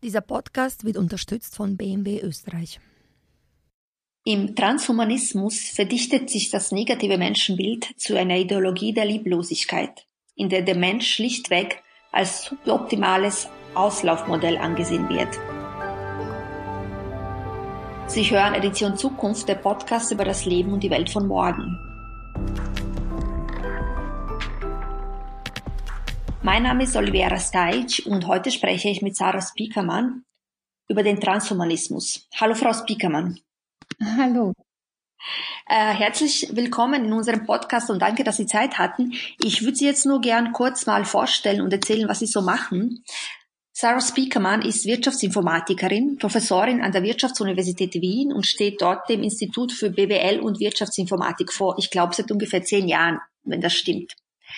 Dieser Podcast wird unterstützt von BMW Österreich. Im Transhumanismus verdichtet sich das negative Menschenbild zu einer Ideologie der Lieblosigkeit, in der der Mensch schlichtweg als suboptimales Auslaufmodell angesehen wird. Sie hören Edition Zukunft, der Podcast über das Leben und die Welt von morgen. Mein Name ist Olivera Stajic und heute spreche ich mit Sarah Spiekermann über den Transhumanismus. Hallo Frau Spiekermann. Hallo. Herzlich willkommen in unserem Podcast und danke, dass Sie Zeit hatten. Ich würde Sie jetzt nur gern kurz mal vorstellen und erzählen, was Sie so machen. Sarah Spiekermann ist Wirtschaftsinformatikerin, Professorin an der Wirtschaftsuniversität Wien und steht dort dem Institut für BWL und Wirtschaftsinformatik vor. Ich glaube, seit ungefähr 10 Jahren, wenn das stimmt.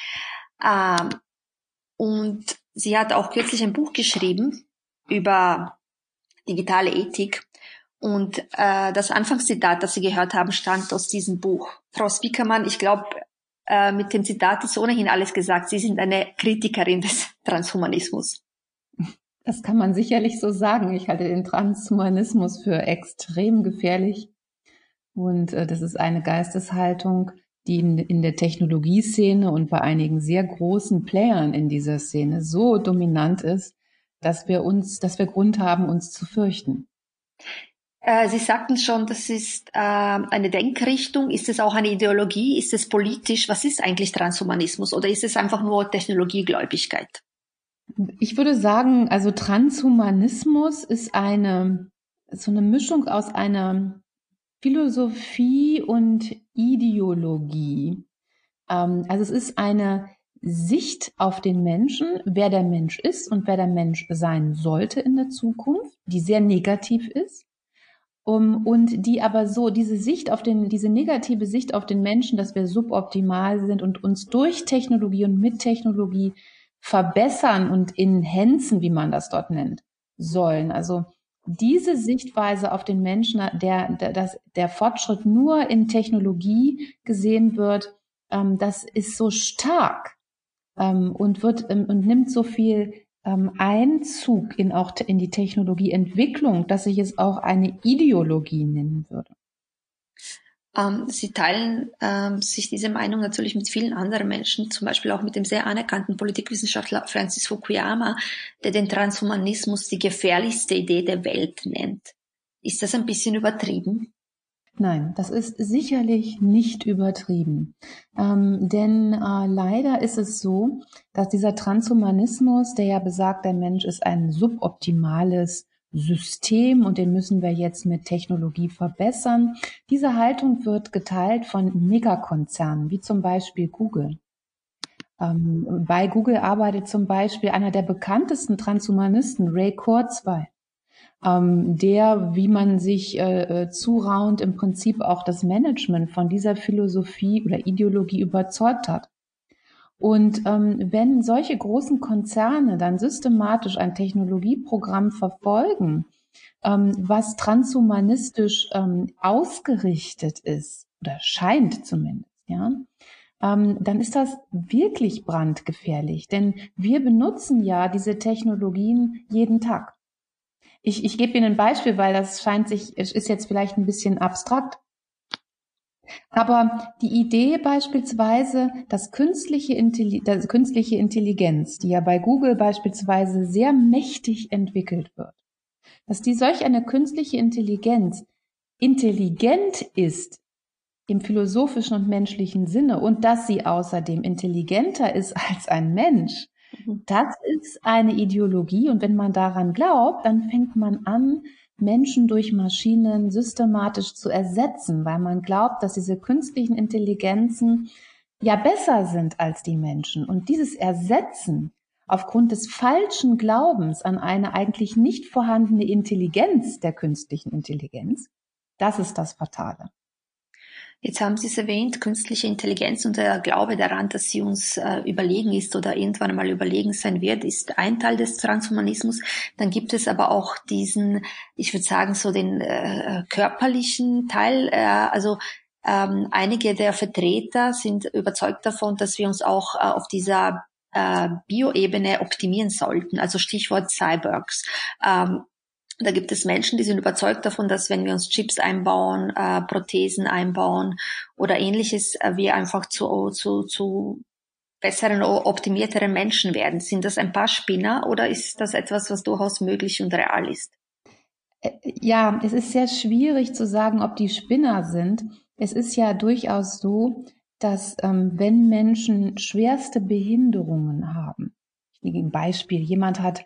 Und sie hat auch kürzlich ein Buch geschrieben über digitale Ethik. Und das Anfangszitat, das Sie gehört haben, stammt aus diesem Buch. Frau Spiekermann, ich glaube, mit dem Zitat ist ohnehin alles gesagt. Sie sind eine Kritikerin des Transhumanismus. Das kann man sicherlich so sagen. Ich halte den Transhumanismus für extrem gefährlich. Und das ist eine Geisteshaltung, die in der Technologieszene und bei einigen sehr großen Playern in dieser Szene so dominant ist, dass wir Grund haben, uns zu fürchten. Sie sagten schon, das ist eine Denkrichtung. Ist es auch eine Ideologie? Ist es politisch? Was ist eigentlich Transhumanismus? Oder ist es einfach nur Technologiegläubigkeit? Ich würde sagen, also Transhumanismus ist so eine Mischung aus einer Philosophie und Ideologie. Also es ist eine Sicht auf den Menschen, wer der Mensch ist und wer der Mensch sein sollte in der Zukunft, die sehr negativ ist. Und die aber so, diese negative Sicht auf den Menschen, dass wir suboptimal sind und uns durch Technologie und mit Technologie verbessern und enhancen, wie man das dort nennt, sollen. Also diese Sichtweise auf den Menschen, der Fortschritt nur in Technologie gesehen wird, das ist so stark und nimmt so viel Einzug in die Technologieentwicklung, dass ich es auch eine Ideologie nennen würde. Sie teilen sich diese Meinung natürlich mit vielen anderen Menschen, zum Beispiel auch mit dem sehr anerkannten Politikwissenschaftler Francis Fukuyama, der den Transhumanismus die gefährlichste Idee der Welt nennt. Ist das ein bisschen übertrieben? Nein, das ist sicherlich nicht übertrieben. Denn leider ist es so, dass dieser Transhumanismus, der ja besagt, der Mensch ist ein suboptimales System und den müssen wir jetzt mit Technologie verbessern. Diese Haltung wird geteilt von Megakonzernen, wie zum Beispiel Google. Bei Google arbeitet zum Beispiel einer der bekanntesten Transhumanisten, Ray Kurzweil, der, wie man sich zuraunt, im Prinzip auch das Management von dieser Philosophie oder Ideologie überzeugt hat. Und wenn solche großen Konzerne dann systematisch ein Technologieprogramm verfolgen, was transhumanistisch ausgerichtet ist, oder scheint zumindest, ja, dann ist das wirklich brandgefährlich. Denn wir benutzen ja diese Technologien jeden Tag. Ich gebe Ihnen ein Beispiel, weil es ist jetzt vielleicht ein bisschen abstrakt. Aber die Idee beispielsweise, dass künstliche Intelligenz, die ja bei Google beispielsweise sehr mächtig entwickelt wird, dass solch eine künstliche Intelligenz intelligent ist im philosophischen und menschlichen Sinne und dass sie außerdem intelligenter ist als ein Mensch, das ist eine Ideologie. Und wenn man daran glaubt, dann fängt man an, Menschen durch Maschinen systematisch zu ersetzen, weil man glaubt, dass diese künstlichen Intelligenzen ja besser sind als die Menschen. Und dieses Ersetzen aufgrund des falschen Glaubens an eine eigentlich nicht vorhandene Intelligenz der künstlichen Intelligenz, das ist das Fatale. Jetzt haben Sie es erwähnt, künstliche Intelligenz und der Glaube daran, dass sie uns überlegen ist oder irgendwann mal überlegen sein wird, ist ein Teil des Transhumanismus. Dann gibt es aber auch diesen, ich würde sagen, so den körperlichen Teil. Einige der Vertreter sind überzeugt davon, dass wir uns auch auf dieser Bioebene optimieren sollten, also Stichwort Cyborgs. Da gibt es Menschen, die sind überzeugt davon, dass wenn wir uns Chips einbauen, Prothesen einbauen oder ähnliches, wir einfach zu besseren, optimierteren Menschen werden. Sind das ein paar Spinner oder ist das etwas, was durchaus möglich und real ist? Ja, es ist sehr schwierig zu sagen, ob die Spinner sind. Es ist ja durchaus so, dass wenn Menschen schwerste Behinderungen haben, ich gebe ein Beispiel, jemand hat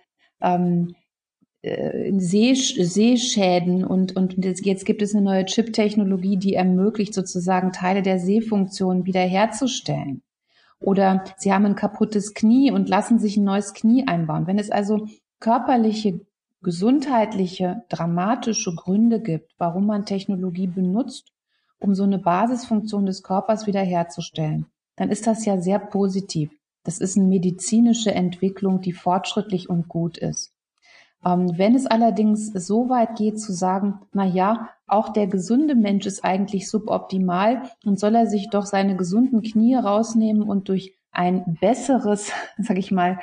Sehschäden und jetzt gibt es eine neue Chip-Technologie, die ermöglicht, sozusagen Teile der Sehfunktion wiederherzustellen. Oder sie haben ein kaputtes Knie und lassen sich ein neues Knie einbauen. Wenn es also körperliche, gesundheitliche, dramatische Gründe gibt, warum man Technologie benutzt, um so eine Basisfunktion des Körpers wiederherzustellen, dann ist das ja sehr positiv. Das ist eine medizinische Entwicklung, die fortschrittlich und gut ist. Wenn es allerdings so weit geht zu sagen, na ja, auch der gesunde Mensch ist eigentlich suboptimal und soll er sich doch seine gesunden Knie rausnehmen und durch ein besseres, sag ich mal,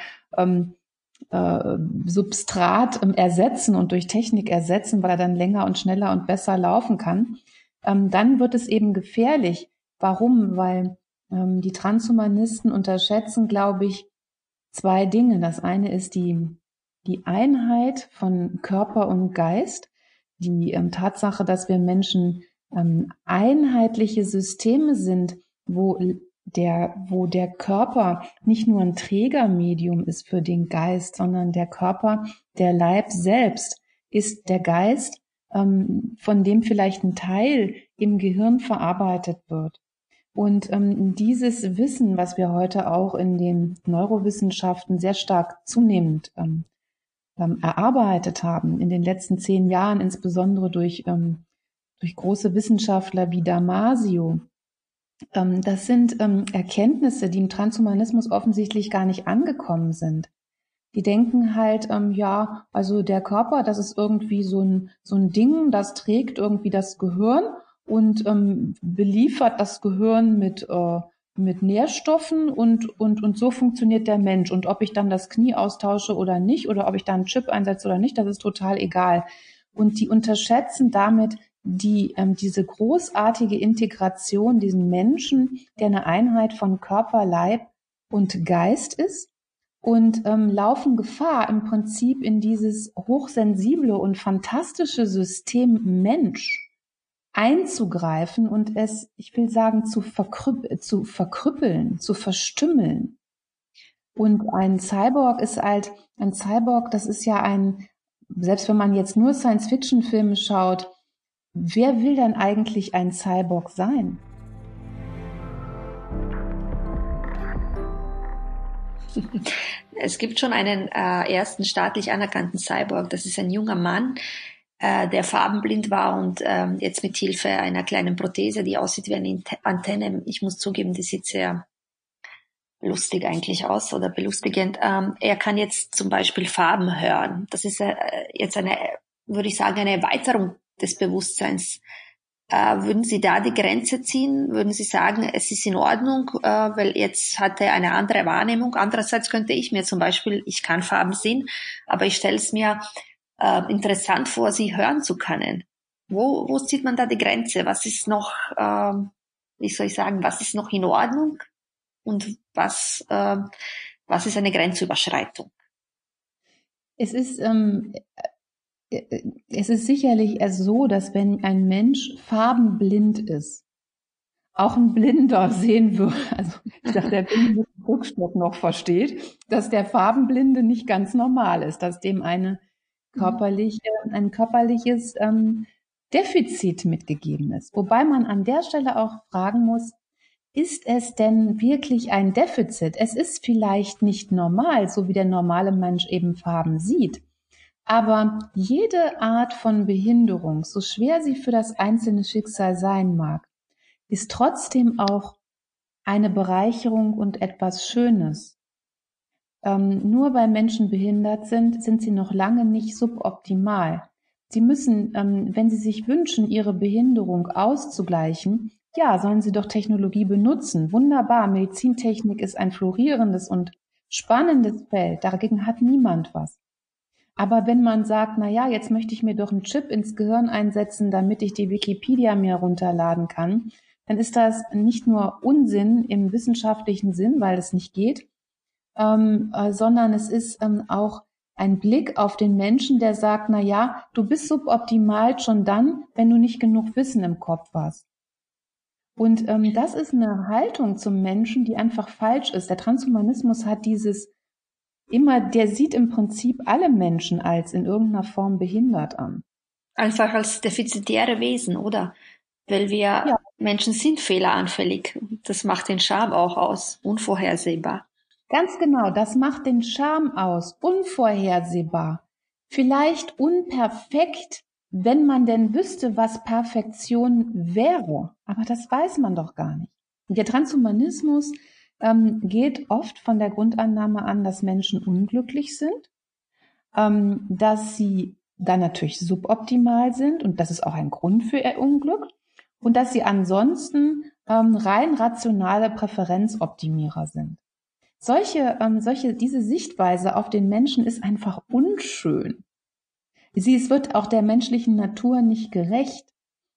Substrat ersetzen und durch Technik ersetzen, weil er dann länger und schneller und besser laufen kann, dann wird es eben gefährlich. Warum? Weil die Transhumanisten unterschätzen, glaube ich, zwei Dinge. Das eine ist die Einheit von Körper und Geist, die Tatsache, dass wir Menschen einheitliche Systeme sind, wo der Körper nicht nur ein Trägermedium ist für den Geist, sondern der Körper, der Leib selbst ist der Geist, von dem vielleicht ein Teil im Gehirn verarbeitet wird. Und dieses Wissen, was wir heute auch in den Neurowissenschaften sehr stark zunehmend erarbeitet haben, in den letzten 10 Jahren, insbesondere durch große Wissenschaftler wie Damasio, das sind Erkenntnisse, die im Transhumanismus offensichtlich gar nicht angekommen sind. Die denken halt, ja, also der Körper, das ist irgendwie so ein Ding, das trägt irgendwie das Gehirn und beliefert das Gehirn mit Nährstoffen und so funktioniert der Mensch. Und ob ich dann das Knie austausche oder nicht oder ob ich da einen Chip einsetze oder nicht, das ist total egal. Und die unterschätzen damit diese großartige Integration, diesen Menschen, der eine Einheit von Körper, Leib und Geist ist und laufen Gefahr, im Prinzip in dieses hochsensible und fantastische System Mensch einzugreifen und es, ich will sagen, zu verkrüppeln, zu verstümmeln. Und ein Cyborg, das ist ja selbst wenn man jetzt nur Science-Fiction-Filme schaut, wer will denn eigentlich ein Cyborg sein? Es gibt schon einen ersten staatlich anerkannten Cyborg. Das ist ein junger Mann, der farbenblind war und jetzt mit Hilfe einer kleinen Prothese, die aussieht wie eine Antenne, ich muss zugeben, die sieht sehr lustig eigentlich aus oder belustigend. Er kann jetzt zum Beispiel Farben hören. Das ist jetzt würde ich sagen, eine Erweiterung des Bewusstseins. Würden Sie da die Grenze ziehen? Würden Sie sagen, es ist in Ordnung, weil jetzt hat er eine andere Wahrnehmung? Andererseits könnte ich mir zum Beispiel, ich kann Farben sehen, aber ich stelle es mir interessant vor, sie hören zu können. Wo zieht man da die Grenze? Was ist noch, was ist noch in Ordnung? Und was ist eine Grenzüberschreitung? Es ist sicherlich so, dass wenn ein Mensch farbenblind ist, auch ein Blinder sehen würde, also ich dachte, der Blinde mit dem Rückstock noch versteht, dass der Farbenblinde nicht ganz normal ist, dass dem ein körperliches Defizit mitgegeben ist. Wobei man an der Stelle auch fragen muss, ist es denn wirklich ein Defizit? Es ist vielleicht nicht normal, so wie der normale Mensch eben Farben sieht. Aber jede Art von Behinderung, so schwer sie für das einzelne Schicksal sein mag, ist trotzdem auch eine Bereicherung und etwas Schönes. Nur weil Menschen behindert sind sie noch lange nicht suboptimal. Sie müssen, wenn sie sich wünschen, ihre Behinderung auszugleichen, ja, sollen sie doch Technologie benutzen. Wunderbar, Medizintechnik ist ein florierendes und spannendes Feld, dagegen hat niemand was. Aber wenn man sagt, na ja, jetzt möchte ich mir doch einen Chip ins Gehirn einsetzen, damit ich die Wikipedia mir runterladen kann, dann ist das nicht nur Unsinn im wissenschaftlichen Sinn, weil es nicht geht, sondern es ist auch ein Blick auf den Menschen, der sagt, na ja, du bist suboptimal schon dann, wenn du nicht genug Wissen im Kopf hast. Und das ist eine Haltung zum Menschen, die einfach falsch ist. Der Transhumanismus hat der sieht im Prinzip alle Menschen als in irgendeiner Form behindert an. Einfach als defizitäre Wesen, oder? Weil wir Menschen sind fehleranfällig. Das macht den Charme auch aus, unvorhersehbar. Ganz genau, das macht den Charme aus, unvorhersehbar. Vielleicht unperfekt, wenn man denn wüsste, was Perfektion wäre. Aber das weiß man doch gar nicht. Der Transhumanismus geht oft von der Grundannahme an, dass Menschen unglücklich sind, dass sie dann natürlich suboptimal sind und das ist auch ein Grund für ihr Unglück und dass sie rein rationale Präferenzoptimierer sind. Diese Sichtweise auf den Menschen ist einfach unschön. Es wird auch der menschlichen Natur nicht gerecht.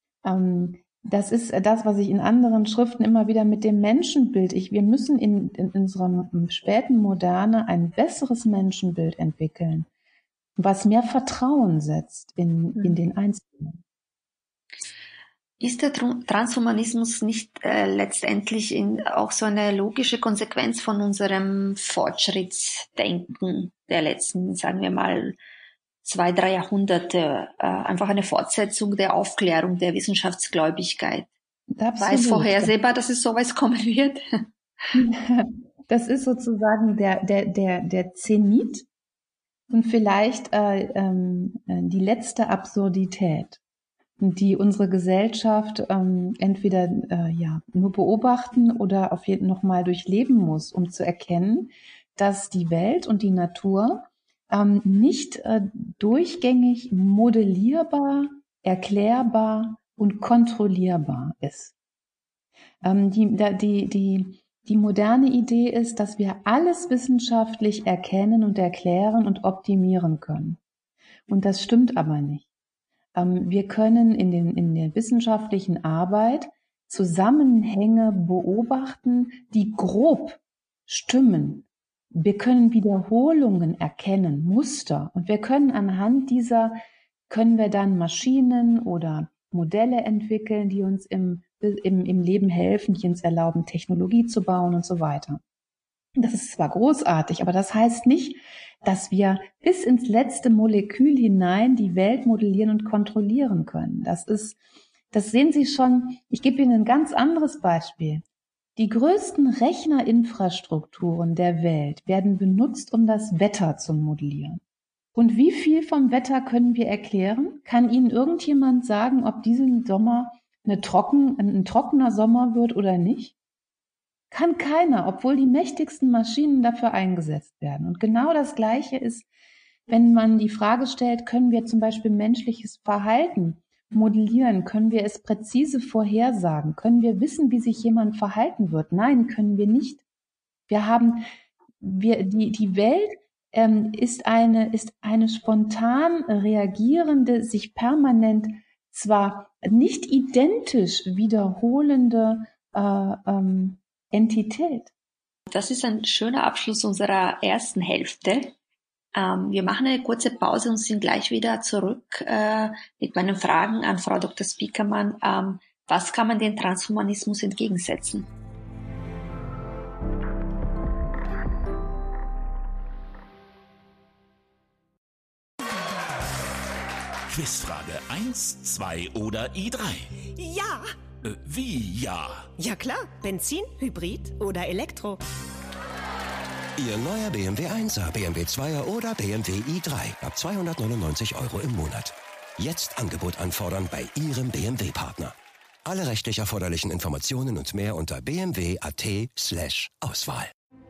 Das ist das, was ich in anderen Schriften immer wieder mit dem Menschenbild. Wir müssen in unserer späten Moderne ein besseres Menschenbild entwickeln, was mehr Vertrauen setzt in den Einzelnen. Ist der Transhumanismus nicht letztendlich auch so eine logische Konsequenz von unserem Fortschrittsdenken der letzten, sagen wir mal, 2-3 Jahrhunderte, einfach eine Fortsetzung der Aufklärung, der Wissenschaftsgläubigkeit? Absolut. War es vorhersehbar, dass es sowas kommen wird? Das ist sozusagen der Zenit und vielleicht die letzte Absurdität, die unsere Gesellschaft entweder nur beobachten oder auf jeden noch mal durchleben muss, um zu erkennen, dass die Welt und die Natur nicht durchgängig modellierbar, erklärbar und kontrollierbar ist. Die moderne Idee ist, dass wir alles wissenschaftlich erkennen und erklären und optimieren können. Und das stimmt aber nicht. Wir können in der wissenschaftlichen Arbeit Zusammenhänge beobachten, die grob stimmen. Wir können Wiederholungen erkennen, Muster. Und wir können anhand dieser, können wir dann Maschinen oder Modelle entwickeln, die uns im Leben helfen, die uns erlauben, Technologie zu bauen und so weiter. Das ist zwar großartig, aber das heißt nicht, dass wir bis ins letzte Molekül hinein die Welt modellieren und kontrollieren können. Das sehen Sie schon. Ich gebe Ihnen ein ganz anderes Beispiel. Die größten Rechnerinfrastrukturen der Welt werden benutzt, um das Wetter zu modellieren. Und wie viel vom Wetter können wir erklären? Kann Ihnen irgendjemand sagen, ob diesen Sommer ein trockener Sommer wird oder nicht? Kann keiner, obwohl die mächtigsten Maschinen dafür eingesetzt werden. Und genau das Gleiche ist, wenn man die Frage stellt, können wir zum Beispiel menschliches Verhalten modellieren? Können wir es präzise vorhersagen? Können wir wissen, wie sich jemand verhalten wird? Nein, können wir nicht. Die Welt ist eine spontan reagierende, sich permanent zwar nicht identisch wiederholende Entität. Das ist ein schöner Abschluss unserer ersten Hälfte. Wir machen eine kurze Pause und sind gleich wieder zurück mit meinen Fragen an Frau Dr. Spiekermann. Was kann man dem Transhumanismus entgegensetzen? Quizfrage 1, 2 oder i3? Ja. Wie ja? Ja klar, Benzin, Hybrid oder Elektro. Ihr neuer BMW 1er, BMW 2er oder BMW i3 ab 299 € im Monat. Jetzt Angebot anfordern bei Ihrem BMW-Partner. Alle rechtlich erforderlichen Informationen und mehr unter bmw.at/Auswahl.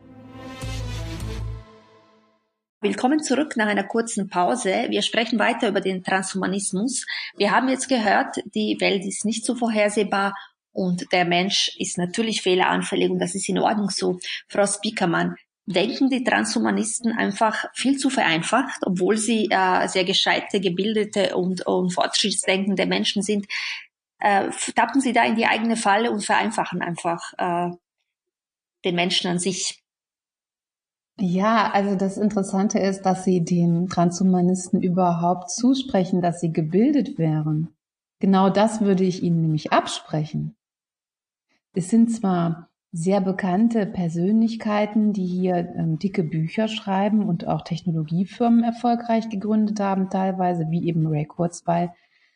Willkommen zurück nach einer kurzen Pause. Wir sprechen weiter über den Transhumanismus. Wir haben jetzt gehört, die Welt ist nicht so vorhersehbar und der Mensch ist natürlich fehleranfällig und das ist in Ordnung so. Frau Spiekermann, denken die Transhumanisten einfach viel zu vereinfacht, obwohl sie sehr gescheite, gebildete und fortschrittsdenkende Menschen sind, tappen sie da in die eigene Falle und vereinfachen einfach den Menschen an sich. Ja, also das Interessante ist, dass sie den Transhumanisten überhaupt zusprechen, dass sie gebildet wären. Genau das würde ich ihnen nämlich absprechen. Es sind zwar sehr bekannte Persönlichkeiten, die hier dicke Bücher schreiben und auch Technologiefirmen erfolgreich gegründet haben, teilweise wie eben Ray Kurzweil.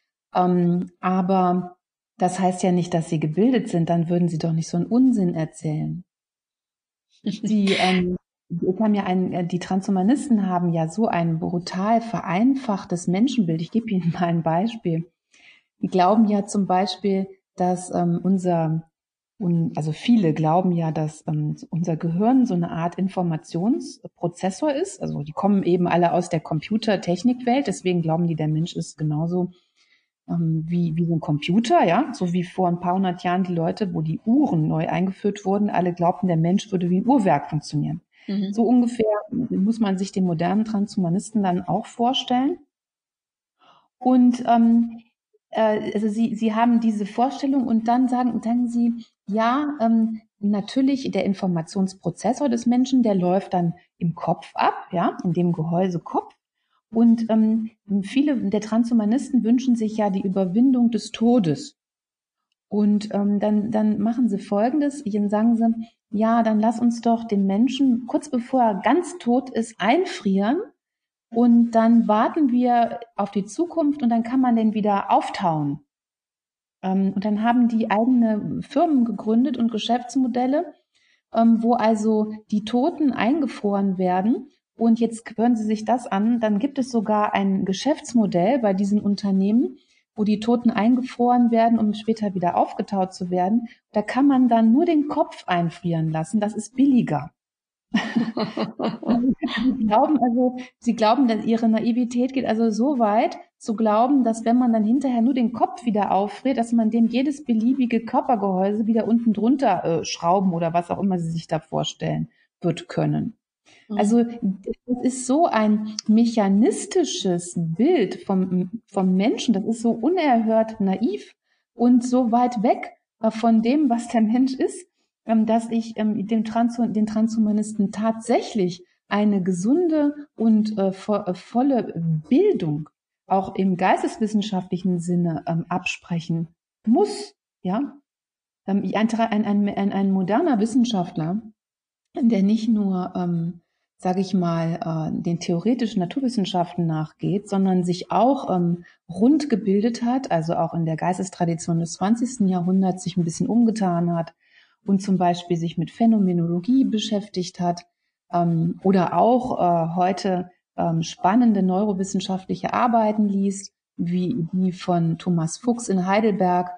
Aber das heißt ja nicht, dass sie gebildet sind, dann würden sie doch nicht so einen Unsinn erzählen. Die Transhumanisten haben ja so ein brutal vereinfachtes Menschenbild. Ich gebe Ihnen mal ein Beispiel. Die glauben ja zum Beispiel, dass viele glauben ja, dass unser Gehirn so eine Art Informationsprozessor ist. Also die kommen eben alle aus der Computertechnikwelt, deswegen glauben die, der Mensch ist genauso wie so ein Computer, ja, so wie vor ein paar hundert Jahren die Leute, wo die Uhren neu eingeführt wurden, alle glaubten, der Mensch würde wie ein Uhrwerk funktionieren. Mhm. So ungefähr muss man sich den modernen Transhumanisten dann auch vorstellen. Und also sie haben diese Vorstellung und dann sagen sie, ja, natürlich der Informationsprozessor des Menschen, der läuft dann im Kopf ab, ja, in dem Gehäuse Kopf. Und viele der Transhumanisten wünschen sich ja die Überwindung des Todes. Und dann machen sie Folgendes, dann sagen sie, ja, dann lass uns doch den Menschen, kurz bevor er ganz tot ist, einfrieren und dann warten wir auf die Zukunft und dann kann man den wieder auftauen. Und dann haben die eigene Firmen gegründet und Geschäftsmodelle, wo also die Toten eingefroren werden. Und jetzt hören Sie sich das an, dann gibt es sogar ein Geschäftsmodell bei diesen Unternehmen, wo die Toten eingefroren werden, um später wieder aufgetaut zu werden. Da kann man dann nur den Kopf einfrieren lassen, das ist billiger. Sie glauben, dass ihre Naivität geht also so weit, zu glauben, dass wenn man dann hinterher nur den Kopf wieder auffriert, dass man dem jedes beliebige Körpergehäuse wieder unten drunter schrauben oder was auch immer sie sich da vorstellen wird können. Also das ist so ein mechanistisches Bild vom Menschen, das ist so unerhört naiv und so weit weg von dem, was der Mensch ist, dass ich den Transhumanisten tatsächlich eine gesunde und volle Bildung auch im geisteswissenschaftlichen Sinne absprechen muss. Ja, ein moderner Wissenschaftler, der nicht nur sage ich mal, den theoretischen Naturwissenschaften nachgeht, sondern sich auch rund gebildet hat, also auch in der Geistestradition des 20. Jahrhunderts sich ein bisschen umgetan hat und zum Beispiel sich mit Phänomenologie beschäftigt hat oder auch heute spannende neurowissenschaftliche Arbeiten liest, wie die von Thomas Fuchs in Heidelberg.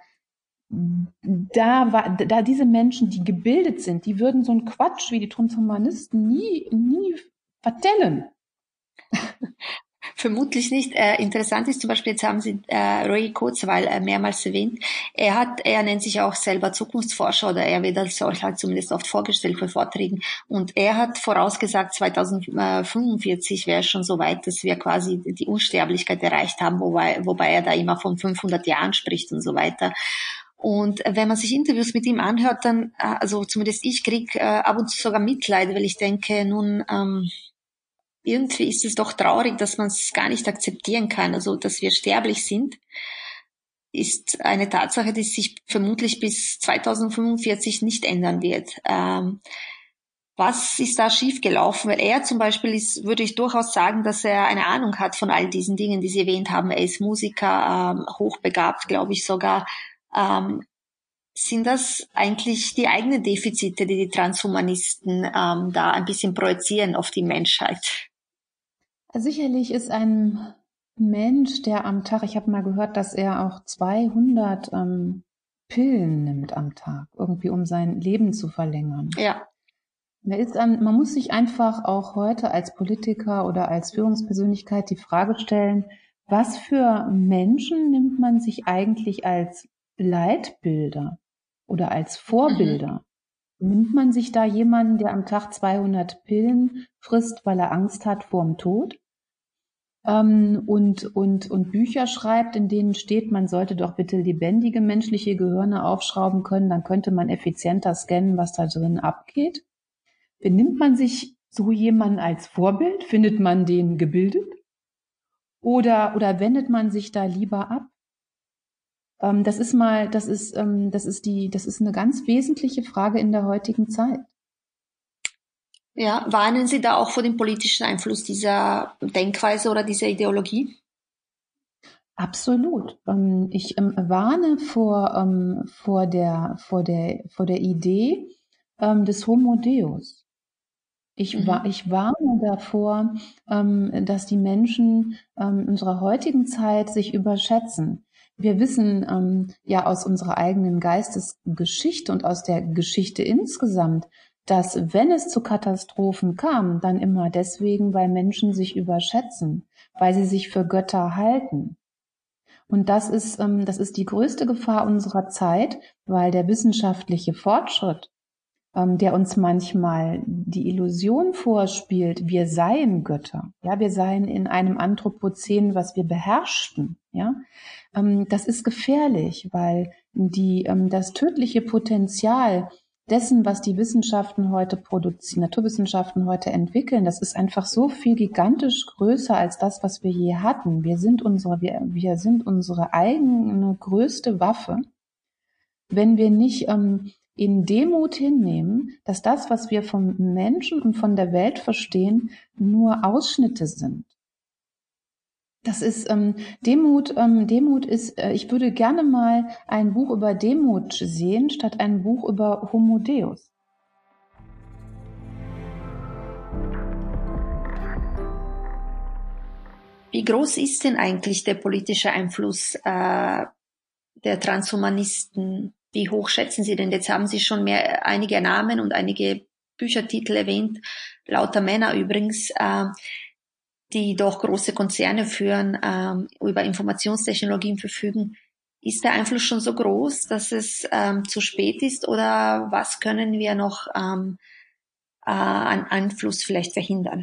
Da diese Menschen, die gebildet sind, die würden so einen Quatsch wie die Transhumanisten nie vertellen. Vermutlich nicht. Interessant ist zum Beispiel, jetzt haben Sie Ray Kurzweil mehrmals erwähnt. Er nennt sich auch selber Zukunftsforscher oder er wird als solcher zumindest oft vorgestellt für Vorträgen. Und er hat vorausgesagt, 2045 wäre schon so weit, dass wir quasi die Unsterblichkeit erreicht haben, wobei er da immer von 500 Jahren spricht und so weiter. Und wenn man sich Interviews mit ihm anhört, dann, also zumindest ich krieg ab und zu sogar Mitleid, weil ich denke, nun, irgendwie ist es doch traurig, dass man es gar nicht akzeptieren kann. Also, dass wir sterblich sind, ist eine Tatsache, die sich vermutlich bis 2045 nicht ändern wird. Was ist da schiefgelaufen? Weil er zum Beispiel ist, würde ich durchaus sagen, dass er eine Ahnung hat von all diesen Dingen, die Sie erwähnt haben. Er ist Musiker, hochbegabt, glaube ich sogar. Sind das eigentlich die eigenen Defizite, die Transhumanisten da ein bisschen projizieren auf die Menschheit? Sicherlich ist ein Mensch, der am Tag, ich habe mal gehört, dass er auch 200 Pillen nimmt am Tag, irgendwie um sein Leben zu verlängern. Ja. Man muss sich einfach auch heute als Politiker oder als Führungspersönlichkeit die Frage stellen, was für Menschen nimmt man sich eigentlich als Leitbilder oder als Vorbilder? Nimmt man sich da jemanden, der am Tag 200 Pillen frisst, weil er Angst hat vorm Tod? Und Bücher schreibt, in denen steht, man sollte doch bitte lebendige menschliche Gehirne aufschrauben können, dann könnte man effizienter scannen, was da drin abgeht. Benimmt man sich so jemanden als Vorbild? Findet man den gebildet? Oder wendet man sich da lieber ab? Das ist eine ganz wesentliche Frage in der heutigen Zeit. Ja, warnen Sie da auch vor dem politischen Einfluss dieser Denkweise oder dieser Ideologie? Absolut. Ich warne vor der Idee des Homo Deus. Ich warne davor, dass die Menschen unserer heutigen Zeit sich überschätzen. Wir wissen ja aus unserer eigenen Geistesgeschichte und aus der Geschichte insgesamt, dass wenn es zu Katastrophen kam, dann immer deswegen, weil Menschen sich überschätzen, weil sie sich für Götter halten. Und das ist die größte Gefahr unserer Zeit, weil der wissenschaftliche Fortschritt, der uns manchmal die Illusion vorspielt, wir seien Götter, ja, wir seien in einem Anthropozän, was wir beherrschten, ja, das ist gefährlich, weil das tödliche Potenzial dessen, was die Wissenschaften heute produzieren, Naturwissenschaften heute entwickeln, das ist einfach so viel gigantisch größer als das, was wir je hatten. Wir sind unsere eigene größte Waffe, wenn wir nicht in Demut hinnehmen, dass das, was wir vom Menschen und von der Welt verstehen, nur Ausschnitte sind. Das ist Demut ist, ich würde gerne mal ein Buch über Demut sehen, statt ein Buch über Homo Deus. Wie groß ist denn eigentlich der politische Einfluss der Transhumanisten? Wie hoch schätzen Sie denn? Jetzt haben Sie schon einige Namen und einige Büchertitel erwähnt, lauter Männer übrigens, die doch große Konzerne führen, über Informationstechnologien verfügen. Ist der Einfluss schon so groß, dass es zu spät ist, oder was können wir noch an Einfluss vielleicht verhindern?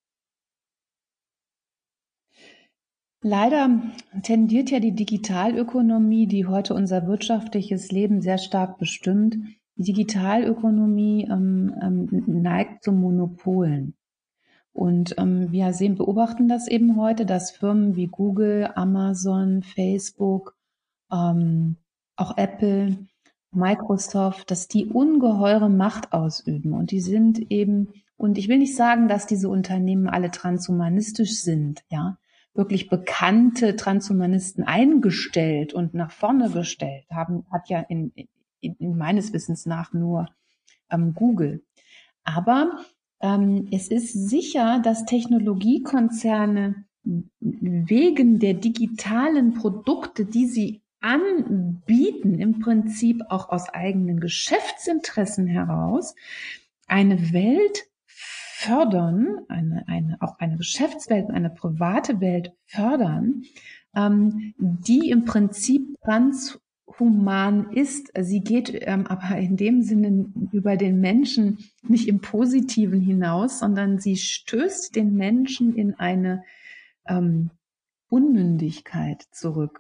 Leider tendiert ja die Digitalökonomie, die heute unser wirtschaftliches Leben sehr stark bestimmt, die Digitalökonomie neigt zu Monopolen. Und wir beobachten das eben heute, dass Firmen wie Google, Amazon, Facebook, auch Apple, Microsoft, dass die ungeheure Macht ausüben. Und die sind eben, und ich will nicht sagen, dass diese Unternehmen alle transhumanistisch sind, ja, wirklich bekannte Transhumanisten eingestellt und nach vorne gestellt hat ja in meines Wissens nach nur Google. Aber es ist sicher, dass Technologiekonzerne wegen der digitalen Produkte, die sie anbieten, im Prinzip auch aus eigenen Geschäftsinteressen heraus, eine Welt fördern, auch eine Geschäftswelt, eine private Welt fördern, die im Prinzip transhuman ist. Sie geht aber in dem Sinne über den Menschen nicht im Positiven hinaus, sondern sie stößt den Menschen in eine Unmündigkeit zurück.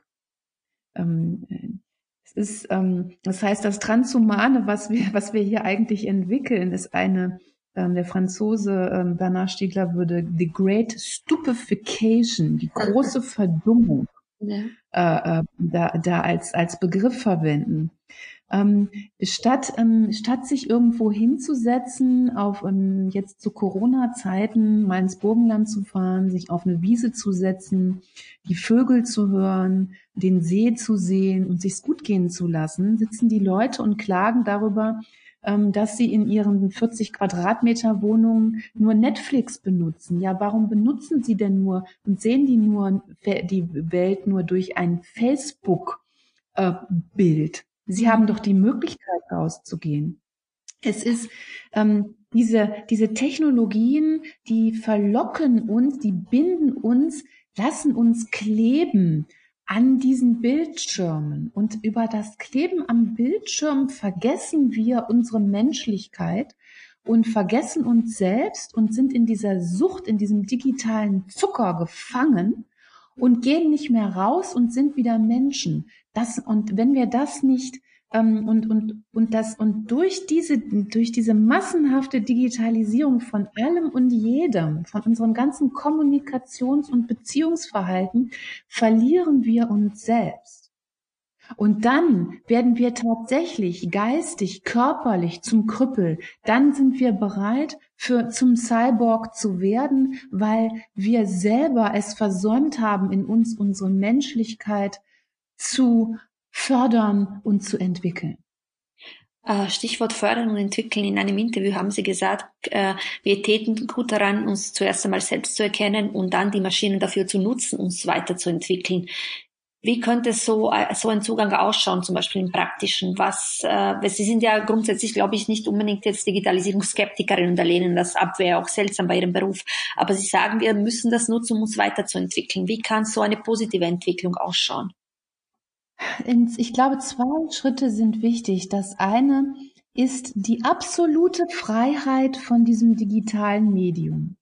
Das heißt, das Transhumane, was wir hier eigentlich entwickeln, ist der Franzose Bernard Stiegler würde the great stupefaction, die große Verdummung, da als Begriff verwenden. Statt sich irgendwo hinzusetzen, jetzt zu Corona-Zeiten mal ins Burgenland zu fahren, sich auf eine Wiese zu setzen, die Vögel zu hören, den See zu sehen und sich's gut gehen zu lassen, sitzen die Leute und klagen darüber, dass sie in ihren 40 Quadratmeter Wohnungen nur Netflix benutzen. Ja, warum benutzen sie denn nur und sehen die Welt nur durch ein Facebook-Bild? Sie haben doch die Möglichkeit, rauszugehen. Es ist diese Technologien, die verlocken uns, die binden uns, lassen uns kleben an diesen Bildschirmen. Und über das Kleben am Bildschirm vergessen wir unsere Menschlichkeit und vergessen uns selbst und sind in dieser Sucht, in diesem digitalen Zucker gefangen und gehen nicht mehr raus und sind wieder Menschen. Und wenn wir das nicht durch diese massenhafte Digitalisierung von allem und jedem, von unserem ganzen Kommunikations- und Beziehungsverhalten, verlieren wir uns selbst. Und dann werden wir tatsächlich geistig, körperlich zum Krüppel. Dann sind wir bereit, zum Cyborg zu werden, weil wir selber es versäumt haben, in uns unsere Menschlichkeit zu fördern und zu entwickeln. Stichwort fördern und entwickeln. In einem Interview haben Sie gesagt, wir täten gut daran, uns zuerst einmal selbst zu erkennen und dann die Maschinen dafür zu nutzen, uns weiterzuentwickeln. Wie könnte so ein Zugang ausschauen, zum Beispiel im Praktischen? Sie sind ja grundsätzlich, glaube ich, nicht unbedingt jetzt Digitalisierungsskeptikerin und lehnen das ab, wäre auch seltsam bei Ihrem Beruf. Aber Sie sagen, wir müssen das nutzen, um uns weiterzuentwickeln. Wie kann so eine positive Entwicklung ausschauen? Ich glaube, 2 Schritte sind wichtig. Das eine ist die absolute Freiheit von diesem digitalen Medium.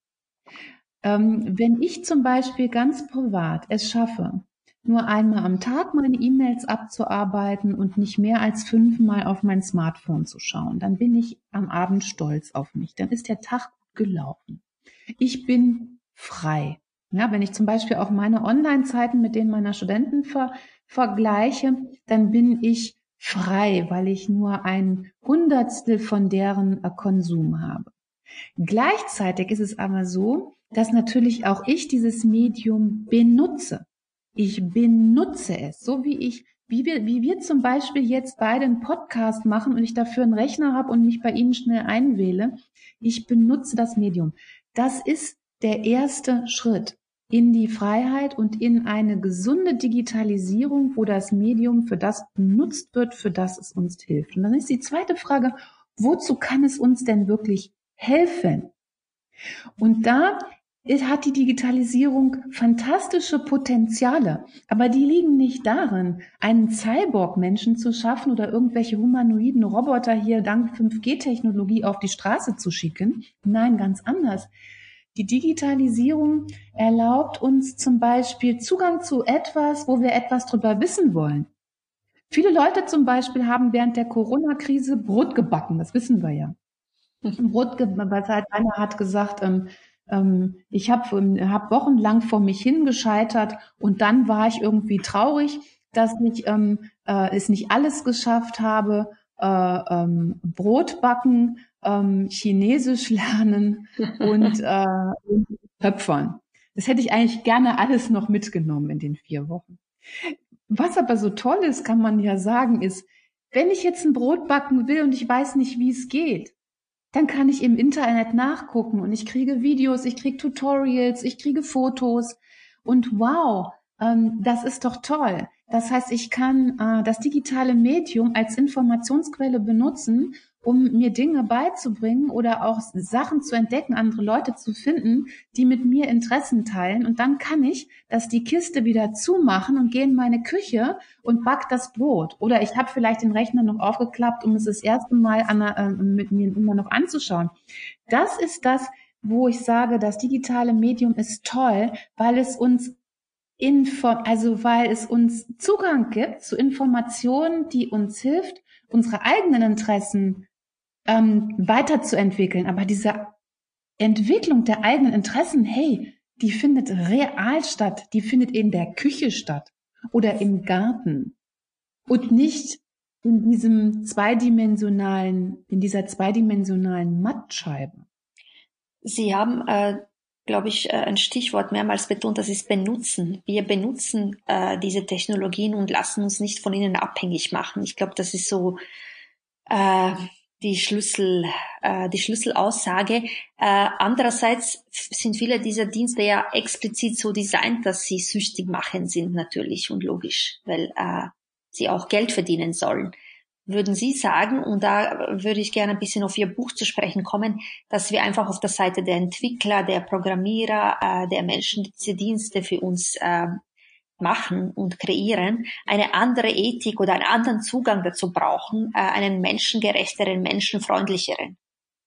Wenn ich zum Beispiel ganz privat es schaffe, nur einmal am Tag meine E-Mails abzuarbeiten und nicht mehr als 5-mal auf mein Smartphone zu schauen, dann bin ich am Abend stolz auf mich. Dann ist der Tag gut gelaufen. Ich bin frei. Ja, wenn ich zum Beispiel auch meine Online-Zeiten mit denen meiner Studenten vergleiche, dann bin ich frei, weil ich nur 1/100 von deren Konsum habe. Gleichzeitig ist es aber so, dass natürlich auch ich dieses Medium benutze. Ich benutze es, so wie wir zum Beispiel jetzt beide einen Podcast machen und ich dafür einen Rechner habe und mich bei Ihnen schnell einwähle. Ich benutze das Medium. Das ist der erste Schritt in die Freiheit und in eine gesunde Digitalisierung, wo das Medium für das benutzt wird, für das es uns hilft. Und dann ist die zweite Frage, wozu kann es uns denn wirklich helfen? Und da hat die Digitalisierung fantastische Potenziale, aber die liegen nicht darin, einen Cyborg-Menschen zu schaffen oder irgendwelche humanoiden Roboter hier dank 5G-Technologie auf die Straße zu schicken. Nein, ganz anders. Die Digitalisierung erlaubt uns zum Beispiel Zugang zu etwas, wo wir etwas drüber wissen wollen. Viele Leute zum Beispiel haben während der Corona-Krise Brot gebacken, das wissen wir ja. Einer hat gesagt, ich habe wochenlang vor mich hingescheitert und dann war ich irgendwie traurig, dass ich es nicht alles geschafft habe, Brot backen, Chinesisch lernen und Töpfern. Das hätte ich eigentlich gerne alles noch mitgenommen in den 4 Wochen. Was aber so toll ist, kann man ja sagen, ist, wenn ich jetzt ein Brot backen will und ich weiß nicht, wie es geht, dann kann ich im Internet nachgucken und ich kriege Videos, ich kriege Tutorials, ich kriege Fotos und wow, das ist doch toll. Das heißt, ich kann das digitale Medium als Informationsquelle benutzen, um mir Dinge beizubringen oder auch Sachen zu entdecken, andere Leute zu finden, die mit mir Interessen teilen. Und dann kann ich die Kiste wieder zumachen und gehe in meine Küche und back das Brot. Oder ich habe vielleicht den Rechner noch aufgeklappt, um es das erste Mal mit mir immer noch anzuschauen. Das ist das, wo ich sage, das digitale Medium ist toll, weil es uns Zugang gibt zu Informationen, die uns hilft, unsere eigenen Interessen weiterzuentwickeln. Aber diese Entwicklung der eigenen Interessen, hey, die findet real statt. Die findet in der Küche statt oder im Garten und nicht in dieser zweidimensionalen Mattscheibe. Sie haben, glaube ich, ein Stichwort mehrmals betont, das ist benutzen. Wir benutzen diese Technologien und lassen uns nicht von ihnen abhängig machen. Ich glaube, das ist so die Schlüsselaussage. Andererseits sind viele dieser Dienste ja explizit so designt, dass sie süchtig machen sind, natürlich und logisch, weil sie auch Geld verdienen sollen. Würden Sie sagen, und da würde ich gerne ein bisschen auf Ihr Buch zu sprechen kommen, dass wir einfach auf der Seite der Entwickler, der Programmierer, der Menschen diese Dienste für uns machen und kreieren, eine andere Ethik oder einen anderen Zugang dazu brauchen, einen menschengerechteren, menschenfreundlicheren?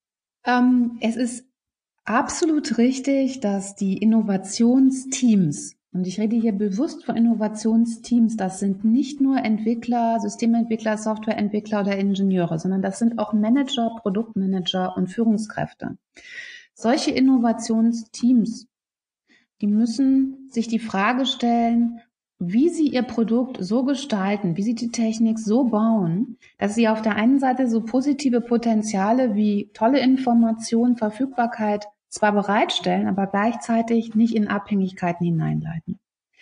Es ist absolut richtig, dass die Innovationsteams, und ich rede hier bewusst von Innovationsteams, das sind nicht nur Entwickler, Systementwickler, Softwareentwickler oder Ingenieure, sondern das sind auch Manager, Produktmanager und Führungskräfte. Solche Innovationsteams, die müssen sich die Frage stellen, wie sie ihr Produkt so gestalten, wie sie die Technik so bauen, dass sie auf der einen Seite so positive Potenziale wie tolle Information, Verfügbarkeit zwar bereitstellen, aber gleichzeitig nicht in Abhängigkeiten hineinleiten.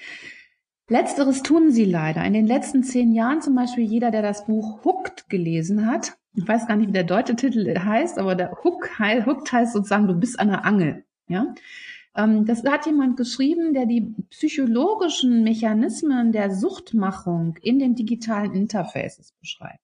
Letzteres tun sie leider. In den letzten 10 Jahren zum Beispiel jeder, der das Buch Hooked gelesen hat, ich weiß gar nicht, wie der deutsche Titel heißt, aber der Hooked heißt sozusagen, du bist an der Angel. Ja? Das hat jemand geschrieben, der die psychologischen Mechanismen der Suchtmachung in den digitalen Interfaces beschreibt.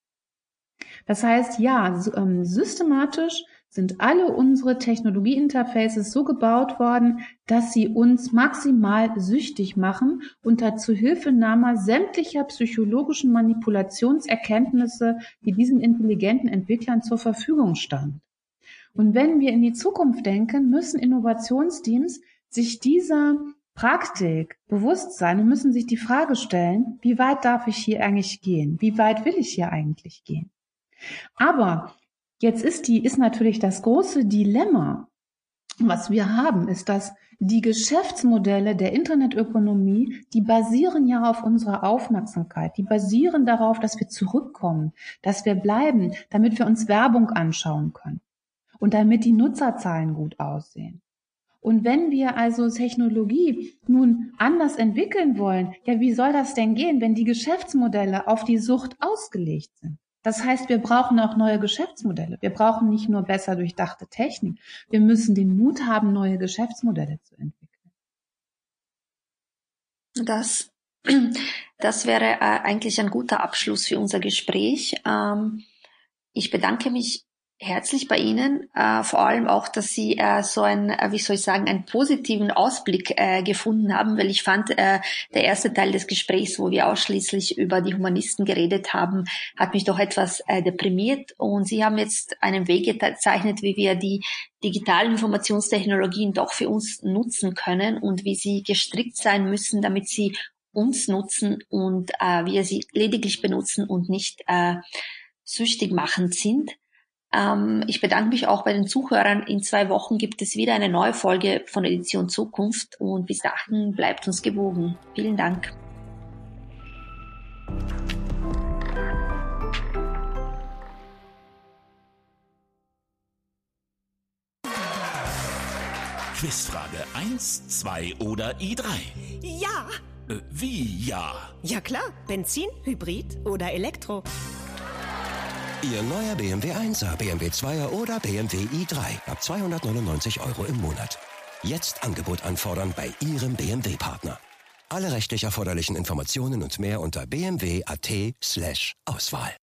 Das heißt, ja, systematisch sind alle unsere Technologieinterfaces so gebaut worden, dass sie uns maximal süchtig machen unter Zuhilfenahme sämtlicher psychologischen Manipulationserkenntnisse, die diesen intelligenten Entwicklern zur Verfügung standen. Und wenn wir in die Zukunft denken, müssen Innovationsteams sich dieser Praktik bewusst sein und müssen sich die Frage stellen, wie weit darf ich hier eigentlich gehen? Wie weit will ich hier eigentlich gehen? Aber jetzt ist natürlich das große Dilemma, was wir haben, ist, dass die Geschäftsmodelle der Internetökonomie, die basieren ja auf unserer Aufmerksamkeit, die basieren darauf, dass wir zurückkommen, dass wir bleiben, damit wir uns Werbung anschauen können. Und damit die Nutzerzahlen gut aussehen. Und wenn wir also Technologie nun anders entwickeln wollen, ja, wie soll das denn gehen, wenn die Geschäftsmodelle auf die Sucht ausgelegt sind? Das heißt, wir brauchen auch neue Geschäftsmodelle. Wir brauchen nicht nur besser durchdachte Technik. Wir müssen den Mut haben, neue Geschäftsmodelle zu entwickeln. Das wäre eigentlich ein guter Abschluss für unser Gespräch. Ich bedanke mich herzlich bei Ihnen, vor allem auch, dass Sie so einen positiven Ausblick gefunden haben, weil ich fand, der erste Teil des Gesprächs, wo wir ausschließlich über die Humanisten geredet haben, hat mich doch etwas deprimiert, und Sie haben jetzt einen Weg gezeichnet, wie wir die digitalen Informationstechnologien doch für uns nutzen können und wie sie gestrickt sein müssen, damit sie uns nutzen und wir sie lediglich benutzen und nicht süchtig machend sind. Ich bedanke mich auch bei den Zuhörern. In 2 Wochen gibt es wieder eine neue Folge von Edition Zukunft, und bis dahin bleibt uns gewogen. Vielen Dank. Quizfrage 1, 2 oder i3? Ja. Wie ja? Ja klar, Benzin, Hybrid oder Elektro. Ihr neuer BMW 1er, BMW 2er oder BMW i3 ab 299 € im Monat. Jetzt Angebot anfordern bei Ihrem BMW-Partner. Alle rechtlich erforderlichen Informationen und mehr unter bmw.at/Auswahl.